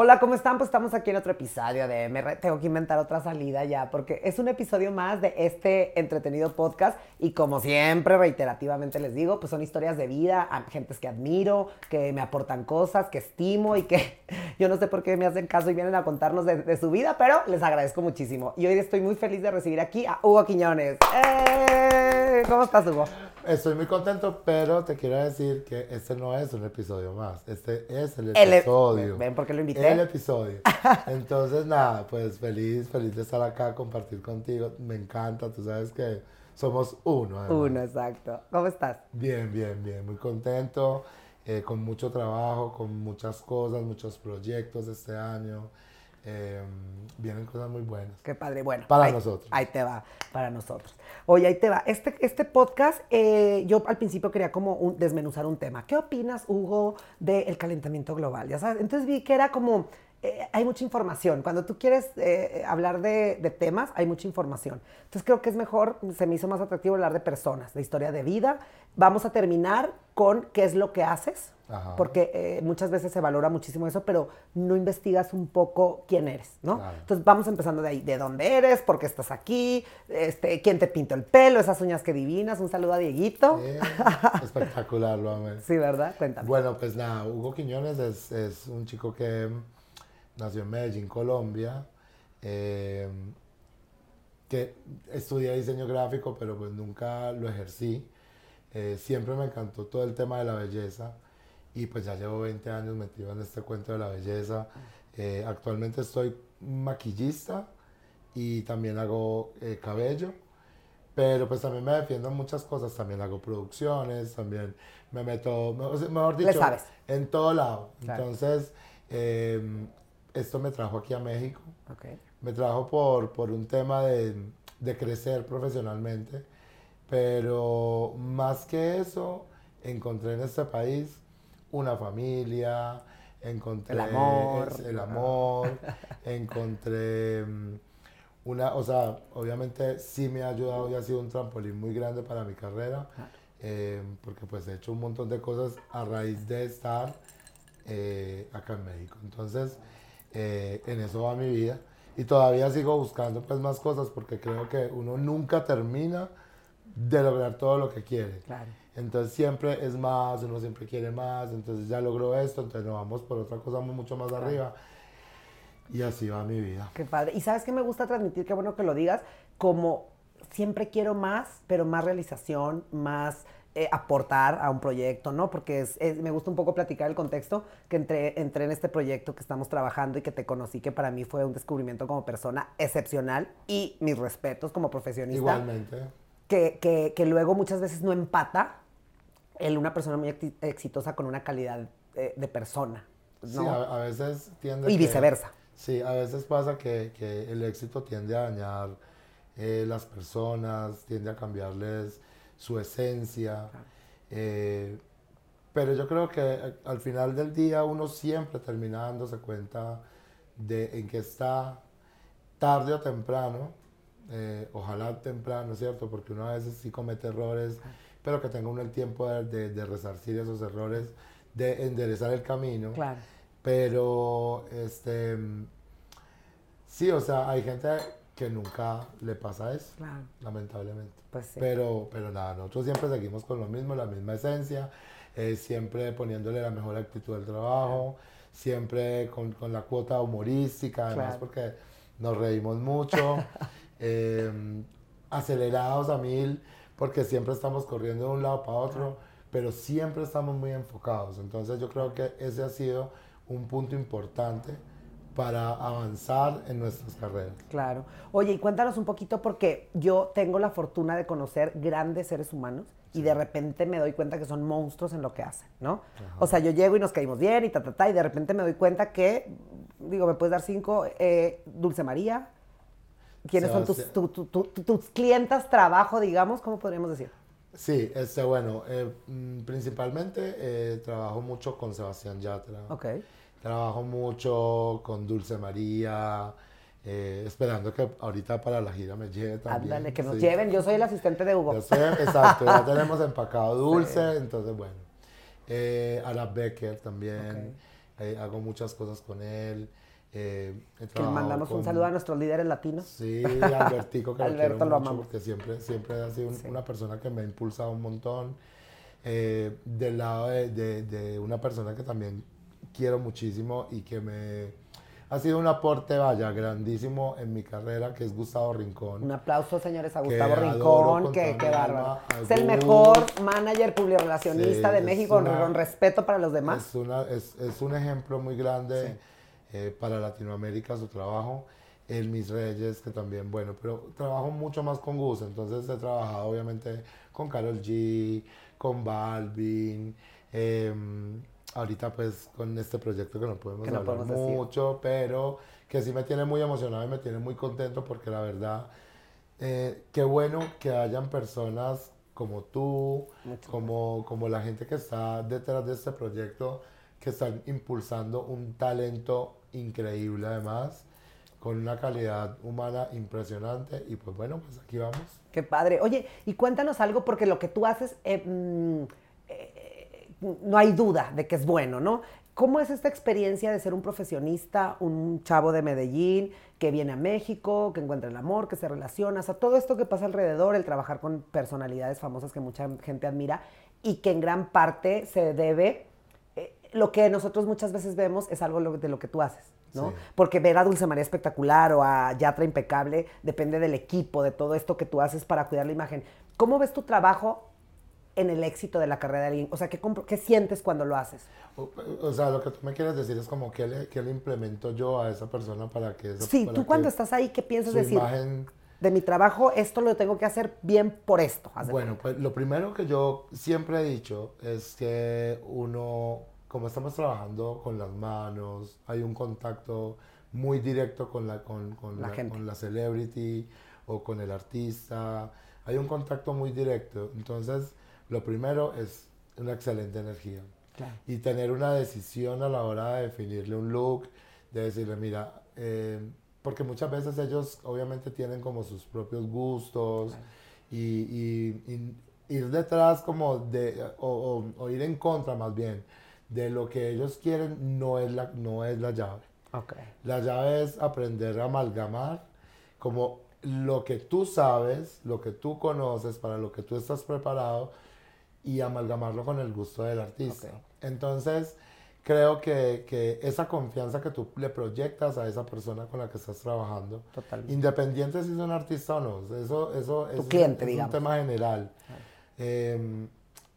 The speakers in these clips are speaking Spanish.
Hola, ¿cómo están? Pues estamos aquí en otro episodio de MR. Tengo que inventar otra salida ya, porque es un episodio más de este entretenido podcast y como siempre, reiterativamente les digo, pues son historias de vida, gentes que admiro, que me aportan cosas, que estimo y que yo no sé por qué me hacen caso y vienen a contarnos de su vida, pero les agradezco muchísimo. Y hoy estoy muy feliz de recibir aquí a Hugo Quiñones. ¿Cómo estás, Hugo? Estoy muy contento, pero te quiero decir que este no es un episodio más. Este es el episodio. ¿Ven por qué lo invité? El episodio. Entonces, nada, pues feliz de estar acá, compartir contigo. Me encanta, tú sabes que somos uno, además. Uno, exacto. ¿Cómo estás? Bien, muy contento, con mucho trabajo, con muchas cosas, muchos proyectos este año. Vienen cosas muy buenas. Qué padre. Bueno, para nosotros. Ahí te va, para nosotros. Oye, ahí te va. Este podcast, yo al principio quería como desmenuzar un tema. ¿Qué opinas, Hugo, del calentamiento global? Ya sabes, entonces vi que era como, hay mucha información. Cuando tú quieres hablar de temas, hay mucha información. Entonces creo que es mejor, se me hizo más atractivo hablar de personas, de historia de vida. Vamos a terminar con qué es lo que haces. Ajá. Porque muchas veces se valora muchísimo eso, pero no investigas un poco quién eres, ¿no? Claro. Entonces vamos empezando de ahí, de dónde eres, por qué estás aquí, quién te pintó el pelo, esas uñas que divinas, un saludo a Dieguito. Espectacular, lo amé. Sí, ¿verdad? Cuéntame. Bueno, pues nada, Hugo Quiñones es un chico que nació en Medellín, Colombia, que estudié diseño gráfico, pero pues nunca lo ejercí. Siempre me encantó todo el tema de la belleza y pues ya llevo 20 años metido en este cuento de la belleza. Actualmente soy maquillista y también hago cabello, pero pues también me defiendo en muchas cosas, también hago producciones, también me meto, mejor Le dicho, sabes. en todo lado. Claro. Entonces, esto me trajo aquí a México. Okay. Me trajo por un tema de crecer profesionalmente, pero más que eso, encontré en este país una familia, encontré el amor, encontré o sea, obviamente sí me ha ayudado y ha sido un trampolín muy grande para mi carrera, porque pues he hecho un montón de cosas a raíz de estar acá en México. Entonces, en eso va mi vida. Y todavía sigo buscando pues más cosas porque creo que uno nunca termina de lograr todo lo que quiere. Claro. Entonces siempre es más, uno siempre quiere más, entonces ya logró esto, entonces nos vamos por otra cosa mucho más arriba. Y así va mi vida. Qué padre. Y ¿sabes qué me gusta transmitir? Qué bueno que lo digas. Como siempre quiero más, pero más realización, más aportar a un proyecto, ¿no? Porque me gusta un poco platicar el contexto que entré en este proyecto que estamos trabajando y que te conocí, que para mí fue un descubrimiento como persona excepcional y mis respetos como profesionista. Igualmente. Que luego muchas veces no empata una persona muy exitosa con una calidad de persona, ¿no? Sí, a veces tiende y viceversa. Sí, a veces pasa que el éxito tiende a dañar las personas, tiende a cambiarles su esencia. Pero yo creo que al final del día uno siempre termina dándose cuenta de en qué está tarde o temprano. Ojalá temprano, ¿cierto? Porque uno a veces sí comete errores, pero que tenga uno el tiempo de resarcir esos errores, de enderezar el camino. Claro. Pero, sí, o sea, hay gente que nunca le pasa eso, Claro. lamentablemente. Pues sí. Pero nada, nosotros siempre seguimos con lo mismo, la misma esencia, siempre poniéndole la mejor actitud al trabajo, siempre con la cuota humorística, además porque nos reímos mucho, acelerados a 1000, porque siempre estamos corriendo de un lado para otro, pero siempre estamos muy enfocados. Entonces yo creo que ese ha sido un punto importante para avanzar en nuestras carreras. Claro. Oye, y cuéntanos un poquito, porque yo tengo la fortuna de conocer grandes seres humanos y de repente me doy cuenta que son monstruos en lo que hacen, ¿no? Ajá. O sea, yo llego y nos caímos bien y y de repente me doy cuenta que, digo, me puedes dar 5, Dulce María. ¿Quiénes son tus clientas, trabajo, digamos? ¿Cómo podríamos decir? Sí, bueno, principalmente trabajo mucho con Sebastián Yatra. Okay. Trabajo mucho con Dulce María, esperando que ahorita para la gira me lleve también. Ándale, que nos lleven. Yo soy el asistente de Hugo. Exacto, ya tenemos empacado Dulce, entonces bueno. Ara Becker también. hago muchas cosas con él. He Que le trabajado mandamos un saludo a nuestros líderes latinos. Sí, Albertico, que lo quiero Alberto, lo mucho amamos. porque siempre ha sido Sí. una persona que me ha impulsado un montón. Del lado de una persona que también quiero muchísimo y que me ha sido un aporte, vaya, grandísimo en mi carrera, que es Gustavo Rincón, Un aplauso, señores, a que Gustavo adoro Rincón, con toda qué mi bárbaro. alma. A Es el Gus, mejor manager sí, publirelacionista de México, con respeto para los demás. es un ejemplo muy Sí. grande para Latinoamérica su trabajo. El Mis Reyes, que también, bueno, pero trabajo mucho más con Gus, entonces he trabajado obviamente con Karol G, con Balvin, ahorita pues con este proyecto que no podemos Que no hablar podemos decir. mucho, pero que sí me tiene muy emocionado y me tiene muy contento porque la verdad qué bueno que hayan personas como tú, Muchas gracias. como la gente que está detrás de este proyecto, que están impulsando un talento increíble además, con una calidad humana impresionante y pues bueno, pues aquí vamos. Qué padre. Oye, y cuéntanos algo, porque lo que tú haces, no hay duda de que es bueno, ¿no? ¿Cómo es esta experiencia de ser un profesionista, un chavo de Medellín que viene a México, que encuentra el amor, que se relaciona, o sea, todo esto que pasa alrededor, el trabajar con personalidades famosas que mucha gente admira y que en gran parte se debe, lo que nosotros muchas veces vemos es algo de lo que tú haces, Sí. ¿no? Porque ver a Dulce María Espectacular o a Yatra Impecable depende del equipo, de todo esto que tú haces para cuidar la imagen. ¿Cómo ves tu trabajo en el éxito de la carrera de alguien? O sea, ¿qué sientes cuando lo haces? O sea, lo que tú me quieres decir es como que le implemento yo a esa persona Sí, para tú cuando que estás ahí, ¿qué piensas su decir? imagen. De mi trabajo, esto lo tengo que hacer bien por esto, haz de Bueno, cuenta. pues lo primero que yo siempre he dicho es que uno, como estamos trabajando con las manos, hay un contacto muy directo La gente. con la celebrity o con el artista, hay un contacto muy directo. Entonces, lo primero es una excelente energía Claro. y tener una decisión a la hora de definirle un look, de decirle, mira, porque muchas veces ellos obviamente tienen como sus propios gustos Claro. y ir detrás como o ir en contra más bien de lo que ellos quieren no es la llave. Ok. La llave es aprender a amalgamar como lo que tú sabes, lo que tú conoces, para lo que tú estás preparado y amalgamarlo con el gusto del Ok. artista. Entonces, creo que esa confianza que tú le proyectas a esa persona con la que estás trabajando, Totalmente. independiente si es un artista o no, Tu cliente, es un digamos. tema general. Claro. Eh,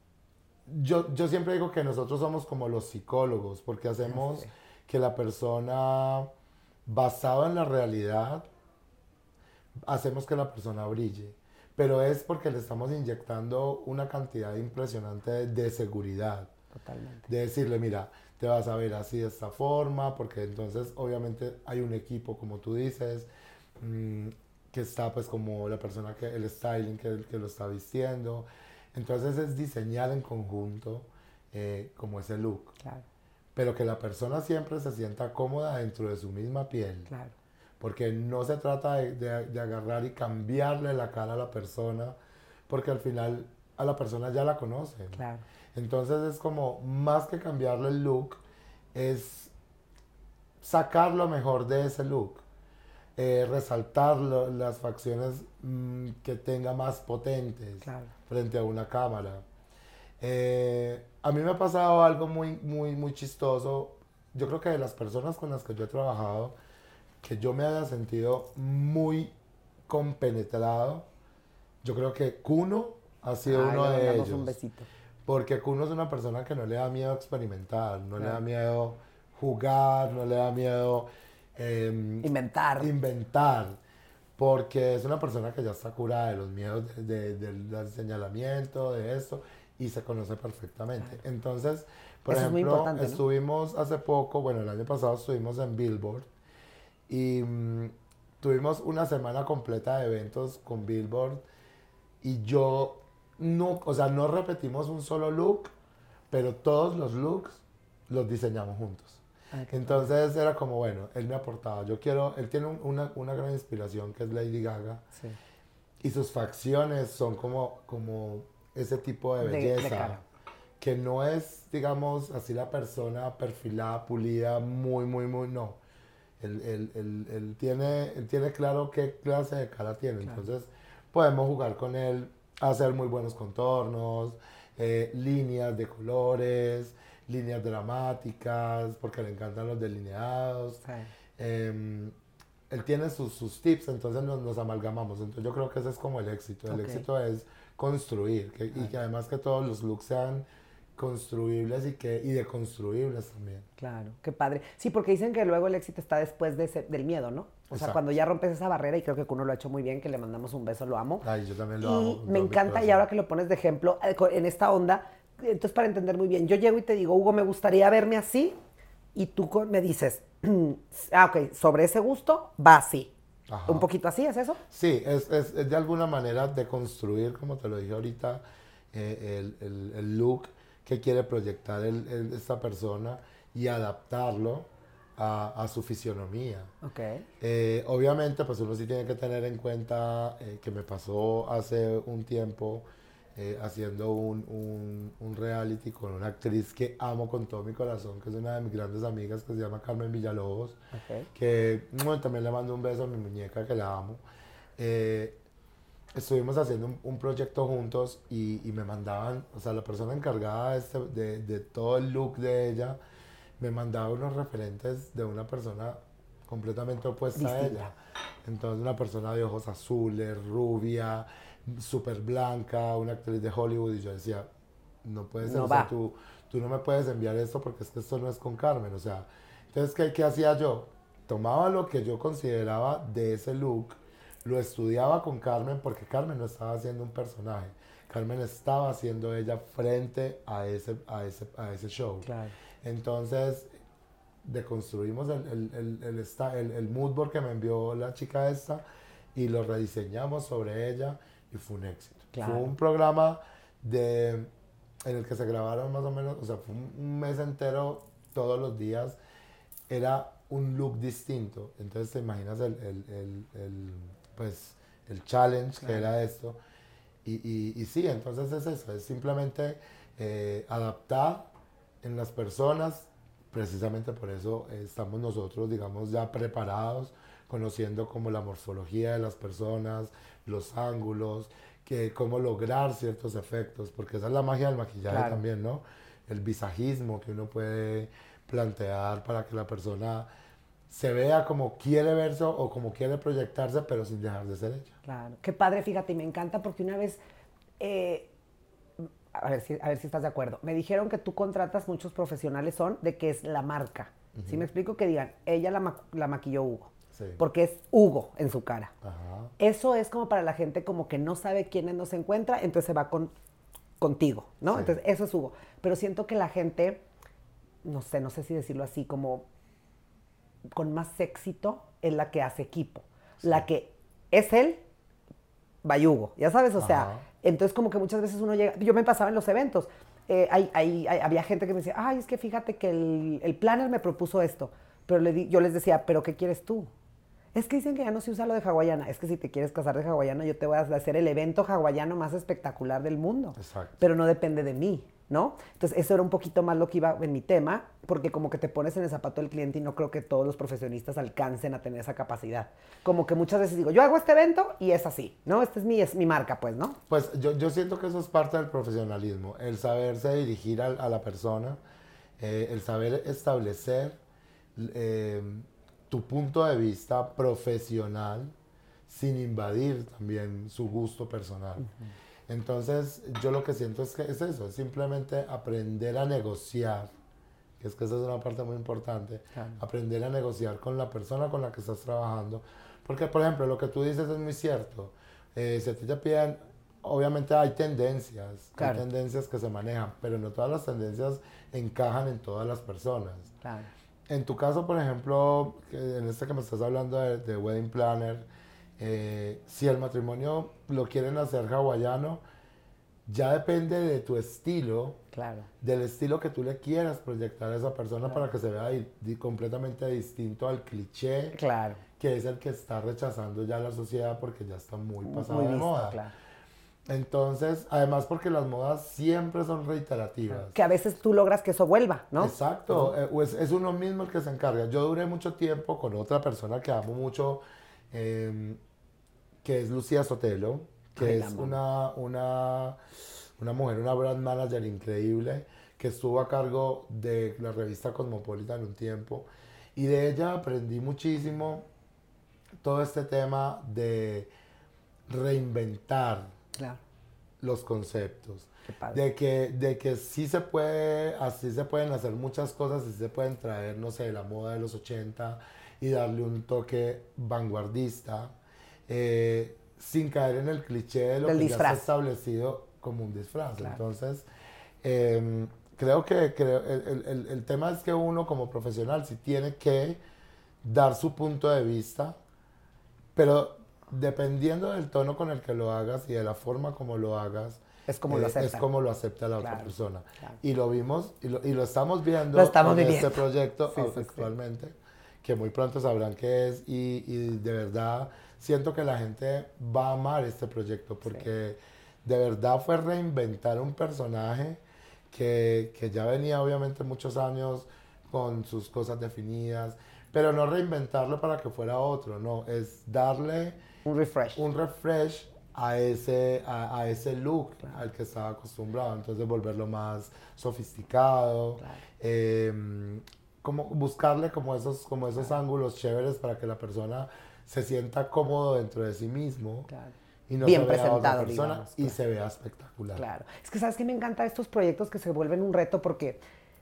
yo siempre digo que nosotros somos como los psicólogos, porque hacemos Sí. que la persona, basado en la realidad, hacemos que la persona brille. Pero es porque le estamos inyectando una cantidad impresionante de seguridad. Totalmente. De decirle, mira, te vas a ver así de esta forma, porque entonces obviamente hay un equipo, como tú dices, mmm, que está pues como la persona que, el styling que lo está vistiendo. Entonces es diseñar en conjunto como ese look. Claro. Pero que la persona siempre se sienta cómoda dentro de su misma piel. Claro. Porque no se trata de agarrar y cambiarle la cara a la persona, porque al final a la persona ya la conocen. Claro. Entonces es como, más que cambiarle el look, es sacar lo mejor de ese look, resaltar las facciones que tenga más potentes Claro. frente a una cámara. A mí me ha pasado algo muy chistoso. Yo creo que de las personas con las que yo he trabajado, que yo me haya sentido muy compenetrado, yo creo que Kuno ha sido Ay, uno le de mandamos un ellos. besito. Porque Kuno es una persona que no le da miedo experimentar, no le da Claro. miedo jugar, no le da miedo Inventar. inventar. Porque es una persona que ya está curada de los miedos del señalamiento, de esto, y se conoce perfectamente. Claro. Entonces, por Eso es muy ejemplo, importante, ¿no? estuvimos hace poco, bueno, el año pasado estuvimos en Billboard y tuvimos una semana completa de eventos con Billboard y yo no, o sea, no repetimos un solo look, pero todos los looks los diseñamos juntos. Ay, qué padre. Entonces era como, bueno, él me aportaba, yo quiero, él tiene una gran inspiración que es Lady Gaga Sí. y sus facciones son como ese tipo de De belleza cara. que no es, digamos, así la persona perfilada, pulida, muy, no. Él tiene claro qué clase de cara tiene, Claro. entonces podemos jugar con él, hacer muy buenos contornos, líneas de colores, líneas dramáticas, porque le encantan los delineados. Sí. Él tiene sus tips, entonces nos amalgamamos. Entonces yo creo que ese es como el éxito. El Ok. éxito es construir y que además que todos los looks sean construibles y deconstruibles también. Claro, qué padre. Sí, porque dicen que luego el éxito está después del miedo, ¿no? O sea, Exacto. cuando ya rompes esa barrera, y creo que Kuno lo ha hecho muy bien, que le mandamos un beso, lo amo. Ay, yo también lo amo Y con me todo mi encanta, y corazón. ahora que lo pones de ejemplo, en esta onda, entonces para entender muy bien, yo llego y te digo, Hugo, me gustaría verme así, y tú me dices, ok, sobre ese gusto, va así. Un Ajá. poquito así, ¿es eso? Sí, es de alguna manera de construir, como te lo dije ahorita, el look que quiere proyectar esta persona y adaptarlo a su fisionomía. Ok. Obviamente, pues uno sí tiene que tener en cuenta que me pasó hace un tiempo haciendo un reality con una actriz que amo con todo mi corazón, que es una de mis grandes amigas, que se llama Carmen Villalobos, Ok. que bueno, también le mando un beso a mi muñeca, que la amo. Eh, Estuvimos haciendo un proyecto juntos y me mandaban, o sea, la persona encargada de todo el look de ella, me mandaba unos referentes de una persona completamente opuesta a Distinta. ella. Entonces, una persona de ojos azules, rubia, súper blanca, una actriz de Hollywood, y yo decía, no puede ser, No o sea, va. tú no me puedes enviar esto porque es que esto no es con Carmen, o sea, entonces, ¿qué hacía yo? Tomaba lo que yo consideraba de ese look, lo estudiaba con Carmen porque Carmen no estaba haciendo un personaje, Carmen estaba haciendo ella frente a ese show. Claro. Entonces, deconstruimos el mood board que me envió la chica esta y lo rediseñamos sobre ella y fue un éxito. Fue Claro. un programa de, en el que se grabaron más o menos, o sea, fue un mes entero, todos los días, era un look distinto. Entonces te imaginas pues, el challenge que Claro. era esto. Y sí, entonces es eso, es simplemente adaptar en las personas, precisamente por eso estamos nosotros, digamos, ya preparados, conociendo como la morfología de las personas, los ángulos, cómo lograr ciertos efectos, porque esa es la magia del maquillaje Claro. también, ¿no? El visajismo que uno puede plantear para que la persona se vea como quiere verse o como quiere proyectarse, pero sin dejar de ser ella. Claro. Qué padre, fíjate, y me encanta porque una vez, eh, a ver si estás de acuerdo, me dijeron que tú contratas muchos profesionales son de que es la marca. ¿Sí me explico? Que digan, ella la maquilló Hugo. Sí. Porque es Hugo en su cara. Ajá. Eso es como para la gente como que no sabe quién no se encuentra, entonces se va contigo, ¿no? Sí. Entonces eso es Hugo. Pero siento que la gente, no sé si decirlo así, como con más éxito es la que hace equipo. Sí. La que es él, Bayugo, ya sabes, o sea, Ajá. entonces como que muchas veces uno llega, yo me pasaba en los eventos, había gente que me decía, ay, es que fíjate que el planner me propuso esto, pero yo les decía, pero ¿qué quieres tú? Es que dicen que ya no se usa lo de hawaiana, es que si te quieres casar de hawaiana yo te voy a hacer el evento hawaiano más espectacular del mundo, Exacto. pero no depende de mí, ¿no? Entonces eso era un poquito más lo que iba en mi tema, porque como que te pones en el zapato del cliente y no creo que todos los profesionistas alcancen a tener esa capacidad. Como que muchas veces digo, yo hago este evento y es así, ¿no? Esta es mi marca, pues, ¿no? Pues yo siento que eso es parte del profesionalismo, el saberse dirigir a la persona, el saber establecer eh, tu punto de vista profesional sin invadir también su gusto personal. Entonces, yo lo que siento es que es eso, es simplemente aprender a negociar, que es que esa es una parte muy importante, Claro. aprender a negociar con la persona con la que estás trabajando. Porque, por ejemplo, lo que tú dices es muy cierto. Si a ti te piden, obviamente hay Claro. tendencias que se manejan, pero no todas las tendencias encajan en todas las personas. Claro. En tu caso, por ejemplo, en este que me estás hablando de Wedding Planner, si el matrimonio lo quieren hacer hawaiano, ya depende de tu estilo, Claro. del estilo que tú le quieras proyectar a esa persona Claro. para que se vea completamente distinto al cliché, Claro. que es el que está rechazando ya la sociedad porque ya está muy pasado Muy de visto, moda. claro. Entonces, además porque las modas siempre son reiterativas. Que a veces tú logras que eso vuelva, ¿no? Exacto, es uno mismo el que se encarga. Yo duré mucho tiempo con otra persona que amo mucho, eh, que es Lucía Sotelo, Ay, que la es amo. una mujer, una brand manager increíble, que estuvo a cargo de la revista Cosmopolitan un tiempo. Y de ella aprendí muchísimo todo este tema de reinventar Claro, los conceptos. qué padre. De que sí se puede, así se pueden hacer muchas cosas, sí se pueden traer, no sé, la moda de los 80 y darle un toque vanguardista, sin caer en el cliché de lo Del que ya está disfraz. establecido como un disfraz. Claro. Entonces, creo que el tema es que uno como profesional sí tiene que dar su punto de vista, pero dependiendo del tono con el que lo hagas y de la forma como lo hagas, Es como lo es aceptan. como lo acepta la otra Claro, persona. claro. Y lo vimos y lo estamos Lo viendo estamos en este viviendo. proyecto Sí, sí, sí. actualmente, que muy pronto sabrán qué es y de verdad siento que la gente va a amar este proyecto Sí. porque de verdad fue reinventar un personaje que ya venía obviamente muchos años con sus cosas definidas, pero no reinventarlo para que fuera otro, no, es darle Un refresh. un refresh a ese look Claro, al que estaba acostumbrado, entonces volverlo más sofisticado, claro, como buscarle como esos claro, ángulos chéveres para que la persona se sienta cómodo dentro de sí mismo claro. y no se Bien vea a otra presentado, persona digamos. y Claro. se vea espectacular. Claro. Es que sabes que me encantan estos proyectos que se vuelven un reto porque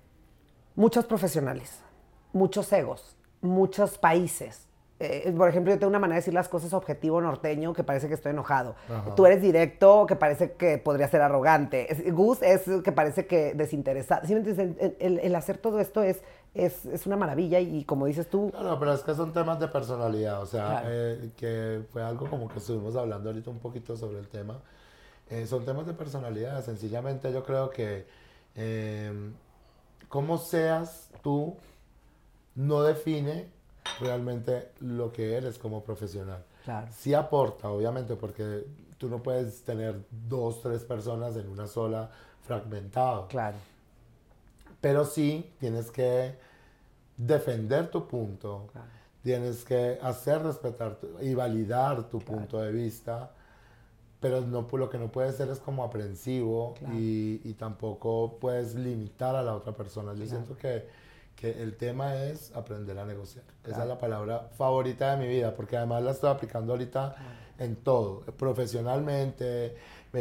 muchos profesionales, muchos egos, muchos países. Por ejemplo, yo tengo una manera de decir las cosas objetivo norteño que parece que estoy enojado. Tú Ajá. eres directo que parece que podría ser arrogante. Gus es que parece que desinteresado. ¿Sí me entiendes? El hacer todo esto es una maravilla y como dices tú, No, no, pero es que son temas de personalidad, o sea, claro, que fue algo como que estuvimos hablando ahorita un poquito sobre el tema. Son temas de personalidad, sencillamente yo creo que eh, cómo seas tú no define realmente lo que eres como profesional. claro, Sí aporta, obviamente, porque tú no puedes tener dos, tres personas en una sola fragmentado, claro, pero sí tienes que defender tu punto, claro, tienes que hacer respetar y validar tu claro, punto de vista, pero no, pues, lo que no puedes ser es como aprensivo claro, y tampoco puedes limitar a la otra persona. Yo claro, siento que el tema es aprender a negociar. Esa es claro, la palabra favorita de mi vida, porque además la estoy aplicando ahorita claro, en todo, profesionalmente,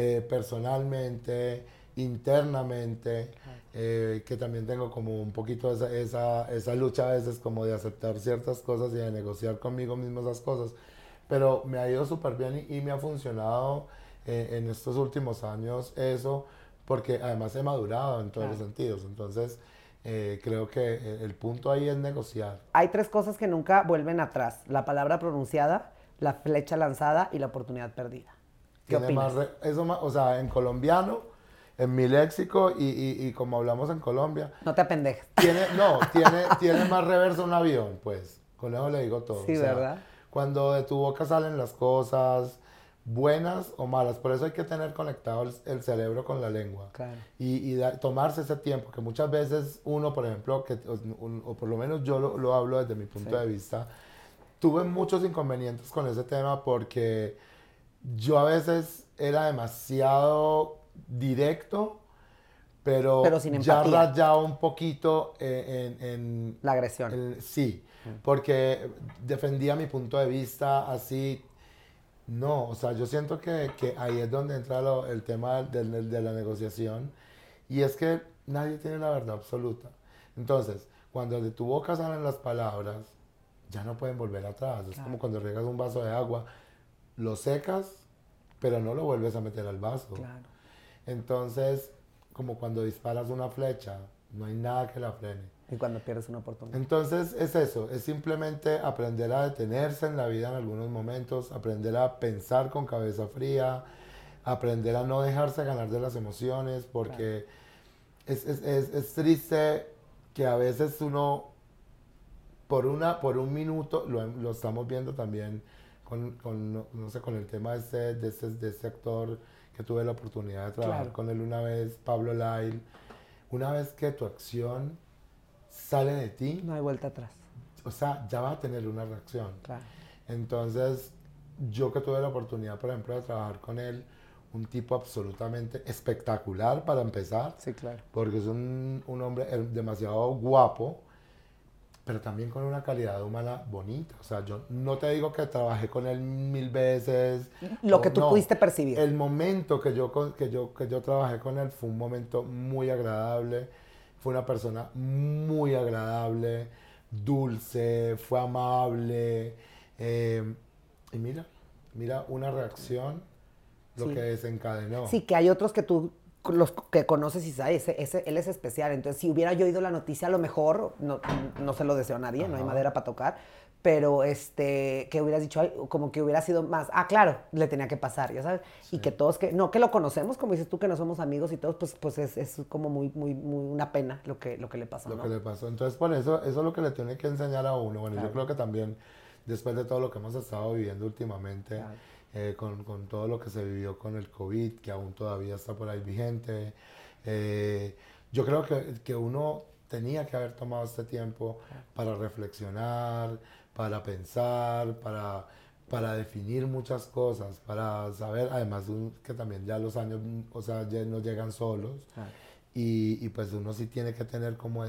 personalmente, internamente, claro. que también tengo como un poquito esa lucha a veces como de aceptar ciertas cosas y de negociar conmigo mismo esas cosas, pero me ha ido súper bien y me ha funcionado en estos últimos años eso, porque además he madurado en todos los Claro. sentidos. Entonces, creo que el punto ahí es negociar. Hay tres cosas que nunca vuelven atrás. La palabra pronunciada, la flecha lanzada y la oportunidad perdida. ¿Qué Tiene más, opinas? eso más, o sea, en colombiano, en mi léxico y como hablamos en Colombia, No te apendejes. tiene más reverso un avión, pues. Con eso le digo todo. O Sí, sea, ¿verdad? cuando de tu boca salen las cosas, buenas o malas. Por eso hay que tener conectado el cerebro con la lengua. Claro. Y tomarse ese tiempo, que muchas veces uno, por ejemplo, o por lo menos yo lo hablo desde mi punto Sí. de vista, tuve muchos inconvenientes con ese tema porque yo a veces era demasiado directo, Pero pero sin ya empatía. rayaba un poquito La agresión. sí, porque defendía mi punto de vista así. No, o sea, yo siento que ahí es donde entra el tema de la negociación y es que nadie tiene la verdad absoluta. Entonces, cuando de tu boca salen las palabras, ya no pueden volver atrás. Es como Claro, cuando riegas un vaso de agua, lo secas, pero no lo vuelves a meter al vaso. claro. Entonces, como cuando disparas una flecha, no hay nada que la frene. Y cuando pierdes una oportunidad. Entonces es eso, es simplemente aprender a detenerse en la vida en algunos momentos, aprender a pensar con cabeza fría, aprender a no dejarse ganar de las emociones, Claro. porque es triste que a veces uno por un minuto, lo estamos viendo también no sé, con el tema de este actor que tuve la oportunidad de trabajar Claro. con él una vez, Pablo Lyle, una vez que tu acción sale de ti, No hay vuelta atrás. o sea, ya va a tener una reacción. Claro. Entonces, yo que tuve la oportunidad, por ejemplo, de trabajar con él, un tipo absolutamente espectacular para empezar, Sí, claro. porque es un hombre demasiado guapo, pero también con una calidad humana bonita. O sea, yo no te digo que trabajé con él 1000 veces, Lo que tú no. pudiste percibir. El momento que yo trabajé con él fue un momento muy agradable, fue una persona muy agradable, dulce, fue amable, y mira una reacción, lo que Sí. desencadenó. Sí, que hay otros que tú los que conoces y sabes, él es especial. Entonces, si hubiera yo oído la noticia, a lo mejor, no se lo deseo a nadie, no hay Ajá. madera para tocar, pero que hubieras dicho, ay, como que hubiera sido más, claro, le tenía que pasar, ya sabes. Y Sí. que todos, no que lo conocemos, como dices tú, que no somos amigos y todos, pues es como muy una pena lo que le pasó, Lo que ¿no? le pasó. Entonces, por eso es lo que le tiene que enseñar a uno. Bueno, yo Claro, creo que también, después de todo lo que hemos estado viviendo últimamente, claro. con todo lo que se vivió con el COVID, que aún todavía está por ahí vigente, yo creo que uno tenía que haber tomado este tiempo para reflexionar, para pensar, para definir muchas cosas, para saber, además que también ya los años, o sea, ya no llegan solos. Claro. Y pues uno sí tiene que tener como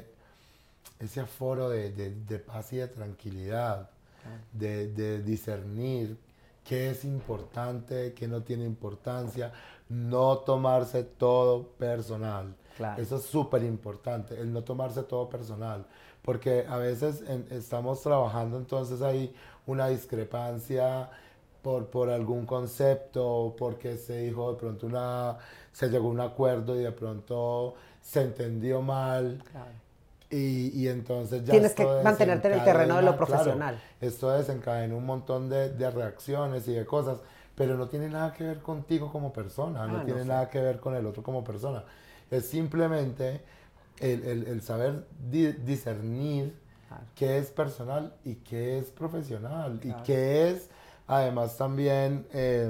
ese aforo de paz y de tranquilidad, de discernir qué es importante, qué no tiene importancia, no tomarse todo personal. Claro. Eso es súper importante, el no tomarse todo personal, porque a veces estamos trabajando, entonces hay una discrepancia por algún concepto, porque se dijo de pronto se llegó a un acuerdo y de pronto se entendió mal, Claro. y entonces ya Tienes esto que mantenerte en el terreno de lo desencadena, claro, profesional. esto desencadena un montón de reacciones y de cosas, pero no tiene nada que ver contigo como persona, no No tiene sé. nada que ver con el otro como persona. Es simplemente el saber discernir Claro, qué es personal y qué es profesional y claro. qué es además también,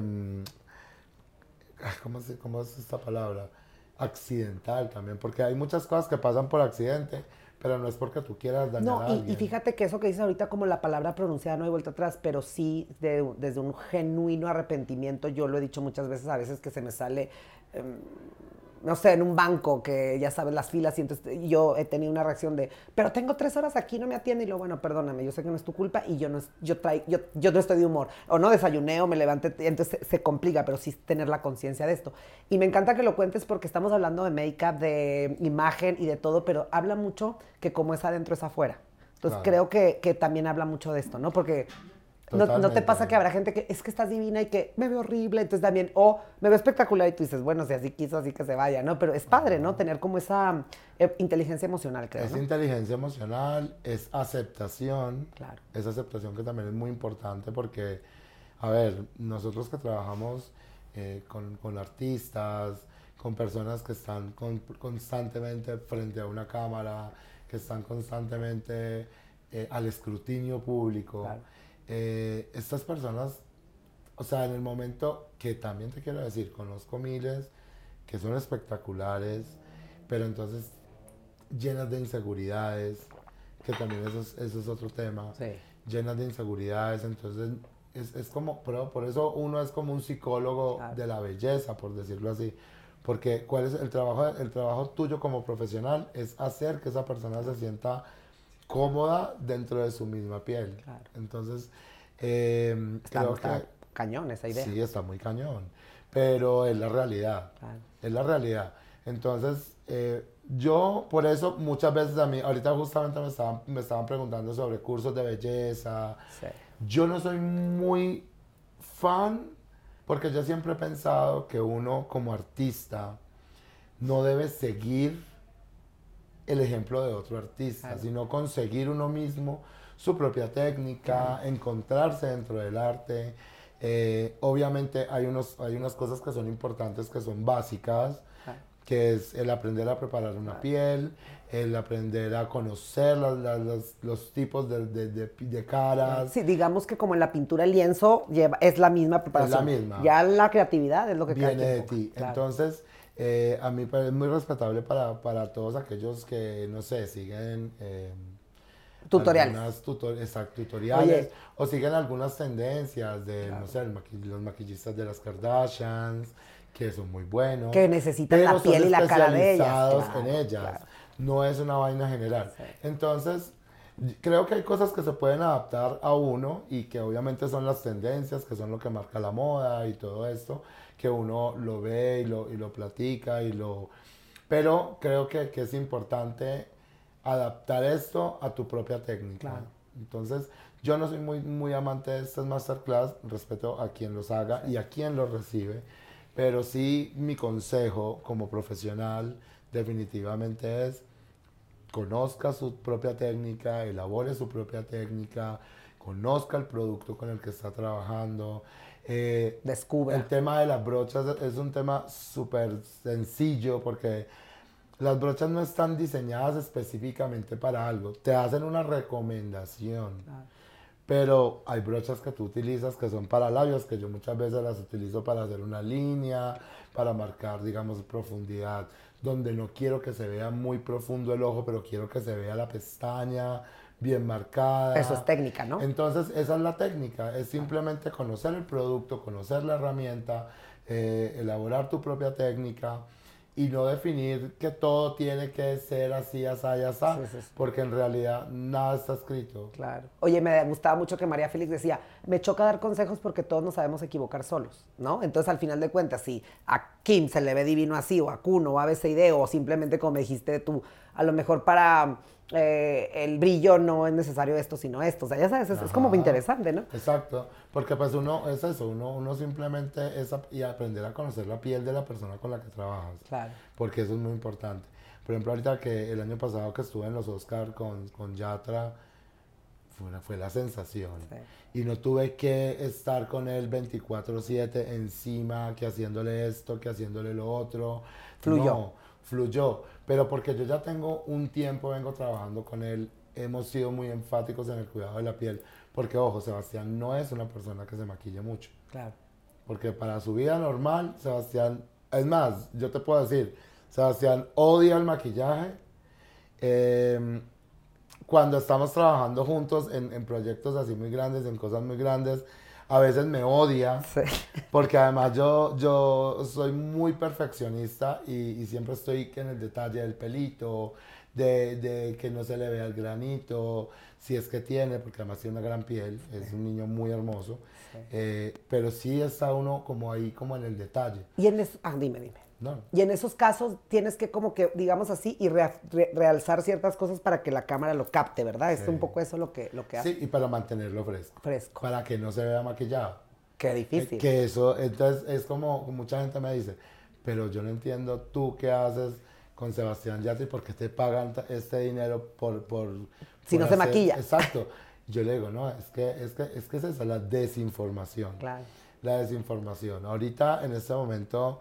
¿cómo es esta palabra? Accidental también, porque hay muchas cosas que pasan por accidente, pero no es porque tú quieras dañar No, a y alguien. fíjate que eso que dices ahorita como la palabra pronunciada no hay vuelta atrás, pero sí desde un genuino arrepentimiento, yo lo he dicho muchas veces, a veces que se me sale, em, no sé, en un banco, que ya sabes las filas, y entonces yo he tenido una reacción de, pero tengo 3 horas aquí, no me atiende, y luego, bueno, perdóname, yo sé que no es tu culpa, y yo no estoy de humor, o no desayuné, o me levanté, entonces se complica, pero sí tener la conciencia de esto. Y me encanta que lo cuentes porque estamos hablando de make-up, de imagen y de todo, pero habla mucho que como es adentro es afuera. Entonces Claro, creo que también habla mucho de esto, ¿no? Porque no te totalmente. pasa que habrá gente que es que estás divina y que me veo horrible, entonces también, o me veo espectacular y tú dices, bueno, si así quiso, así que se vaya, ¿no? Pero es padre, ¿no? Tener como esa inteligencia emocional, creo, Es ¿no? inteligencia emocional, Claro, es aceptación que también es muy importante porque, a ver, nosotros que trabajamos con artistas, con personas que están constantemente frente a una cámara, que están constantemente al escrutinio público, claro, estas personas, o sea, en el momento que también te quiero decir, conozco miles que son espectaculares, pero entonces llenas de inseguridades, que también eso es otro tema, sí, llenas de inseguridades, entonces es como, pero por eso uno es como un psicólogo claro. de la belleza, por decirlo así, porque ¿cuál es el trabajo tuyo como profesional? Es hacer que esa persona se sienta cómoda dentro de su misma piel. Claro. Entonces, creo Está que cañón esa idea. sí, está muy cañón, pero es la realidad, Claro. es la realidad. Entonces, yo por eso muchas veces a mí, ahorita justamente me estaban preguntando sobre cursos de belleza. Sí, Yo no soy muy fan porque yo siempre he pensado que uno como artista no debe seguir el ejemplo de otro artista, claro, sino conseguir uno mismo su propia técnica, claro, encontrarse dentro del arte. Obviamente hay unas cosas que son importantes, que son básicas, claro. que es el aprender a preparar una piel, el aprender a conocer los tipos de caras. Sí, digamos que como en la pintura el lienzo es la misma preparación. Es la misma. Ya la creatividad es lo que cada Viene quien de ponga. ti. Claro. Entonces, a mí es muy respetable para todos aquellos que, no sé, siguen Tutoriales. tutoriales Oye. o siguen algunas tendencias de, Claro. no sé, los maquillistas de las Kardashians, que son muy buenos. Que necesitan pero la piel y la cara de ellas. especializados Claro, en ellas. claro. No es una vaina general. Sí. Entonces, creo que hay cosas que se pueden adaptar a uno y que obviamente son las tendencias, que son lo que marca la moda y todo esto, que uno lo ve y lo platica Pero creo que es importante adaptar esto a tu propia técnica. Claro. Entonces, yo no soy muy amante de estas masterclass, respeto a quien los haga y a quien los recibe, pero sí mi consejo como profesional definitivamente es conozca su propia técnica, elabore su propia técnica, conozca el producto con el que está trabajando. Descubra. El tema de las brochas es un tema súper sencillo porque las brochas no están diseñadas específicamente para algo, te hacen una recomendación. Claro. Pero hay brochas que tú utilizas que son para labios, que yo muchas veces las utilizo para hacer una línea, para marcar, digamos, profundidad, donde no quiero que se vea muy profundo el ojo, pero quiero que se vea la pestaña bien marcada. Eso es técnica, ¿no? Entonces, esa es la técnica, es simplemente conocer el producto, conocer la herramienta, elaborar tu propia técnica y no definir que todo tiene que ser así, así, así, Sí. porque en realidad nada está escrito. Claro. Oye, me gustaba mucho que María Félix decía, me choca dar consejos porque todos nos sabemos equivocar solos, ¿no? Entonces, al final de cuentas, si a Kim se le ve divino así, o a Kuno, o a BCD, o simplemente como me dijiste tú, a lo mejor para el brillo no es necesario esto, sino esto. O sea, ya sabes, es como interesante, ¿no? Exacto, porque pues uno es eso, uno simplemente es y aprender a conocer la piel de la persona con la que trabajas. Claro. Porque eso es muy importante. Por ejemplo, ahorita que el año pasado que estuve en los Oscar con Yatra, fue la sensación. Sí. Y no tuve que estar con él 24/7 encima, que haciéndole esto, que haciéndole lo otro. Fluyó. No, fluyó. Pero porque yo ya tengo un tiempo, vengo trabajando con él, hemos sido muy enfáticos en el cuidado de la piel. Porque, ojo, Sebastián no es una persona que se maquille mucho. Claro. Porque para su vida normal, Sebastián, es más, yo te puedo decir, Sebastián odia el maquillaje. Cuando estamos trabajando juntos en proyectos así muy grandes, en cosas muy grandes, a veces me odia, Sí. porque además yo soy muy perfeccionista y siempre estoy en el detalle del pelito, de que no se le vea el granito, si es que tiene, porque además tiene una gran piel, es un niño muy hermoso, pero sí está uno como ahí, como en el detalle. Y en eso, dime. No. Y en esos casos tienes que como que, digamos así, y realzar ciertas cosas para que la cámara lo capte, ¿verdad? Sí. Es un poco eso lo que hace. Sí, y para mantenerlo fresco. Fresco. Para que no se vea maquillado. Qué difícil. Que eso, entonces es como mucha gente me dice, pero yo no entiendo tú qué haces con Sebastián Yatra y por qué te pagan este dinero Si no se maquilla. Exacto. Yo le digo, no, es que es esa, la desinformación. Claro. La desinformación. Ahorita, en este momento,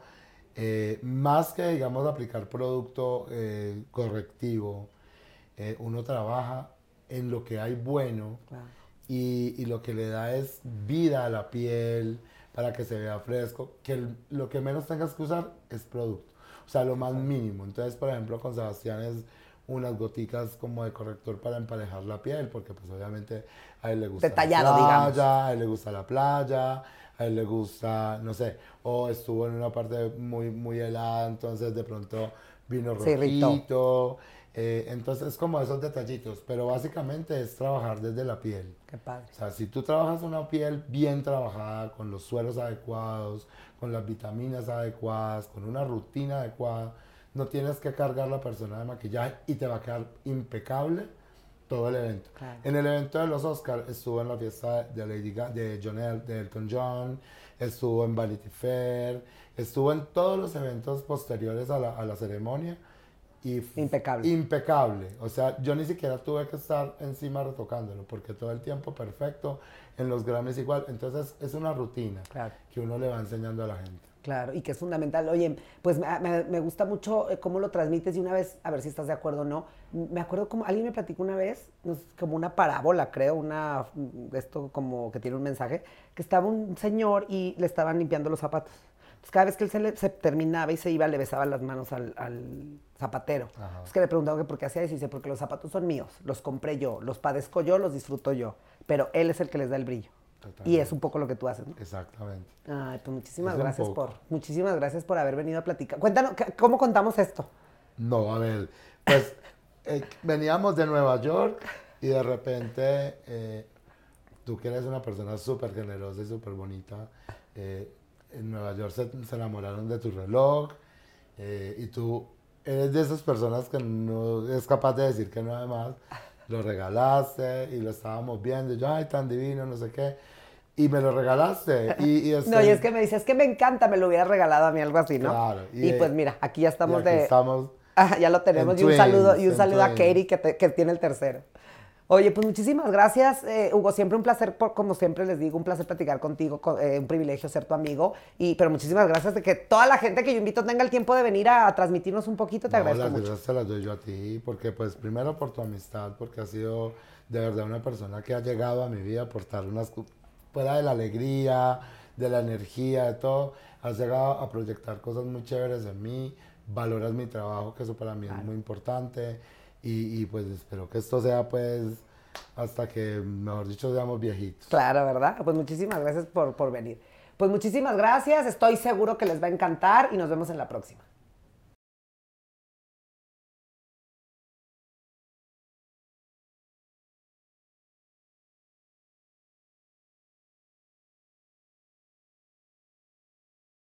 más que, digamos, aplicar producto correctivo, uno trabaja en lo que hay bueno. Claro. Y lo que le da es vida a la piel para que se vea fresco, que lo que menos tengas que usar es producto, o sea, lo más mínimo. Entonces, por ejemplo, con Sebastián es unas goticas como de corrector para emparejar la piel, porque pues obviamente a él le gusta Detallado, la playa, digamos. a él le gusta la playa, a él le gusta, no sé, o estuvo en una parte muy helada, entonces de pronto vino Se irritó. rojito. Entonces, como esos detallitos, pero básicamente es trabajar desde la piel. Qué padre. O sea, si tú trabajas una piel bien trabajada, con los sueros adecuados, con las vitaminas adecuadas, con una rutina adecuada, no tienes que cargar la persona de maquillaje y te va a quedar impecable todo el evento. Claro. En el evento de los Oscars estuvo en la fiesta de Lady Gaga, de Elton John, estuvo en Vanity Fair, estuvo en todos los eventos posteriores a la ceremonia. Y impecable. Impecable. O sea, yo ni siquiera tuve que estar encima retocándolo, porque todo el tiempo perfecto, en los Grammys igual. Entonces es una rutina Claro. que uno le va enseñando a la gente. Claro, y que es fundamental. Oye, pues me gusta mucho cómo lo transmites y una vez, a ver si estás de acuerdo o no, me acuerdo como alguien me platicó una vez, no sé, como una parábola, creo, esto como que tiene un mensaje, que estaba un señor y le estaban limpiando los zapatos. Entonces cada vez que él se terminaba y se iba, le besaba las manos al zapatero. Ajá. Es que le preguntaba que por qué hacía eso y dice, porque los zapatos son míos, los compré yo, los padezco yo, los disfruto yo, pero él es el que les da el brillo. Y es Totalmente. un poco lo que tú haces, ¿no? Exactamente. Ay, pues Es un poco. muchísimas gracias por haber venido a platicar. Cuéntanos, ¿cómo contamos esto? No, a ver, pues veníamos de Nueva York y de repente tú que eres una persona súper generosa y súper bonita, en Nueva York se enamoraron de tu reloj y tú eres de esas personas que no es capaz de decir que no además, lo regalaste y lo estábamos viendo y yo, ay, tan divino, no sé qué, y me lo regalaste y No, y es que me dice, es que me encanta, me lo hubiera regalado a mí, algo así, ¿no? claro, Y pues mira, aquí ya y estamos aquí estamos Ya lo en tenemos, twins, y un en saludo a twins. Katie que tiene el tercero. Oye, pues muchísimas gracias, Hugo. Siempre un placer, como siempre les digo, un placer platicar contigo, un privilegio ser tu amigo. Pero muchísimas gracias de que toda la gente que yo invito tenga el tiempo de venir a transmitirnos un poquito. Te No, agradezco las mucho. gracias se las doy yo a ti, porque pues primero por tu amistad, porque has sido de verdad una persona que ha llegado a mi vida a aportar fuera de la alegría, de la energía, de todo, has llegado a proyectar cosas muy chéveres en mí, valoras mi trabajo, que eso para mí es muy importante, y pues espero que esto sea pues hasta que, mejor dicho, seamos viejitos. Claro, ¿verdad? Pues muchísimas gracias por venir. Pues muchísimas gracias. Estoy seguro que les va a encantar y nos vemos en la próxima.